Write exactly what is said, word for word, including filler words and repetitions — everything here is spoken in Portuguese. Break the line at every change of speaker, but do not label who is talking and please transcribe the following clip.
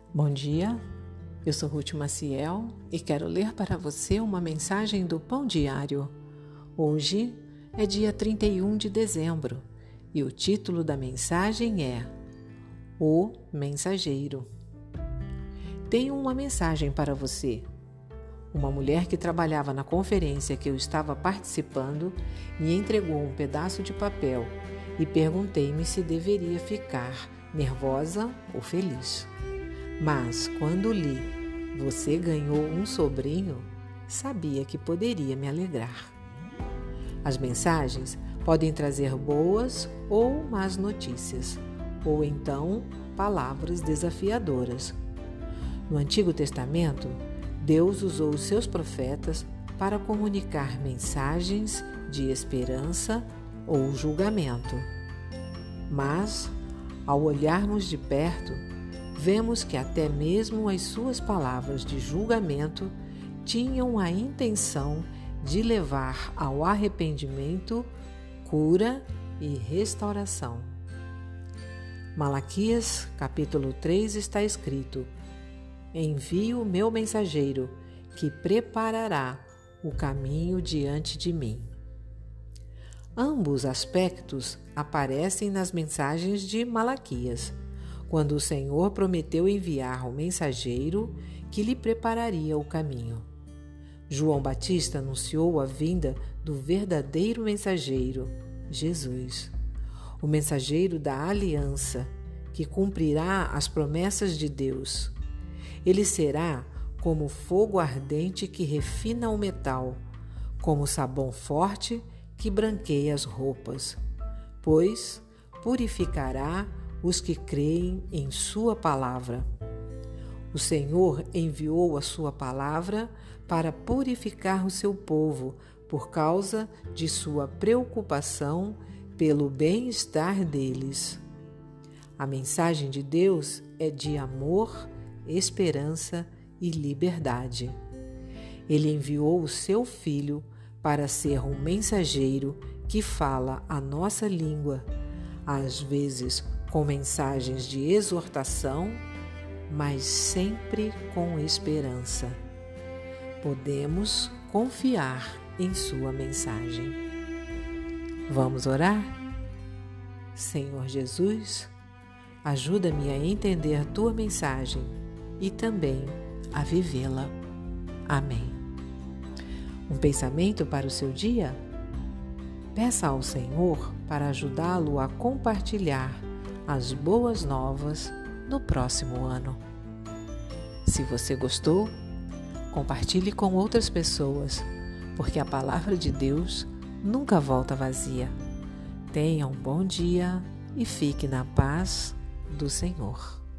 Bom dia, eu sou Ruth Maciel e quero ler para você uma mensagem do Pão Diário. Hoje é dia trinta e um de dezembro e o título da mensagem é O Mensageiro. Tenho uma mensagem para você. Uma mulher que trabalhava na conferência que eu estava participando me entregou um pedaço de papel e perguntei-me se deveria ficar nervosa ou feliz. Mas, quando li, você ganhou um sobrinho, sabia que poderia me alegrar. As mensagens podem trazer boas ou más notícias, ou então palavras desafiadoras. No Antigo Testamento, Deus usou os seus profetas para comunicar mensagens de esperança ou julgamento. Mas, ao olharmos de perto, vemos que até mesmo as suas palavras de julgamento tinham a intenção de levar ao arrependimento, cura e restauração. Malaquias, capítulo três, está escrito: Envio o meu mensageiro, que preparará o caminho diante de mim. Ambos aspectos aparecem nas mensagens de Malaquias, quando o Senhor prometeu enviar o mensageiro que lhe prepararia o caminho. João Batista anunciou a vinda do verdadeiro mensageiro, Jesus, o mensageiro da aliança, que cumprirá as promessas de Deus. Ele será como fogo ardente que refina o metal, como sabão forte que branqueia as roupas, pois purificará os que creem em sua palavra. O Senhor enviou a sua palavra para purificar o seu povo por causa de sua preocupação pelo bem-estar deles. A mensagem de Deus é de amor, esperança e liberdade. Ele enviou o seu Filho para ser um mensageiro que fala a nossa língua, às vezes com mensagens de exortação, mas sempre com esperança. Podemos confiar em sua mensagem. Vamos orar? Senhor Jesus, ajuda-me a entender a tua mensagem e também a vivê-la. Amém. Um pensamento para o seu dia? Peça ao Senhor para ajudá-lo a compartilhar as boas novas no próximo ano. Se você gostou, compartilhe com outras pessoas, porque a palavra de Deus nunca volta vazia. Tenha um bom dia e fique na paz do Senhor.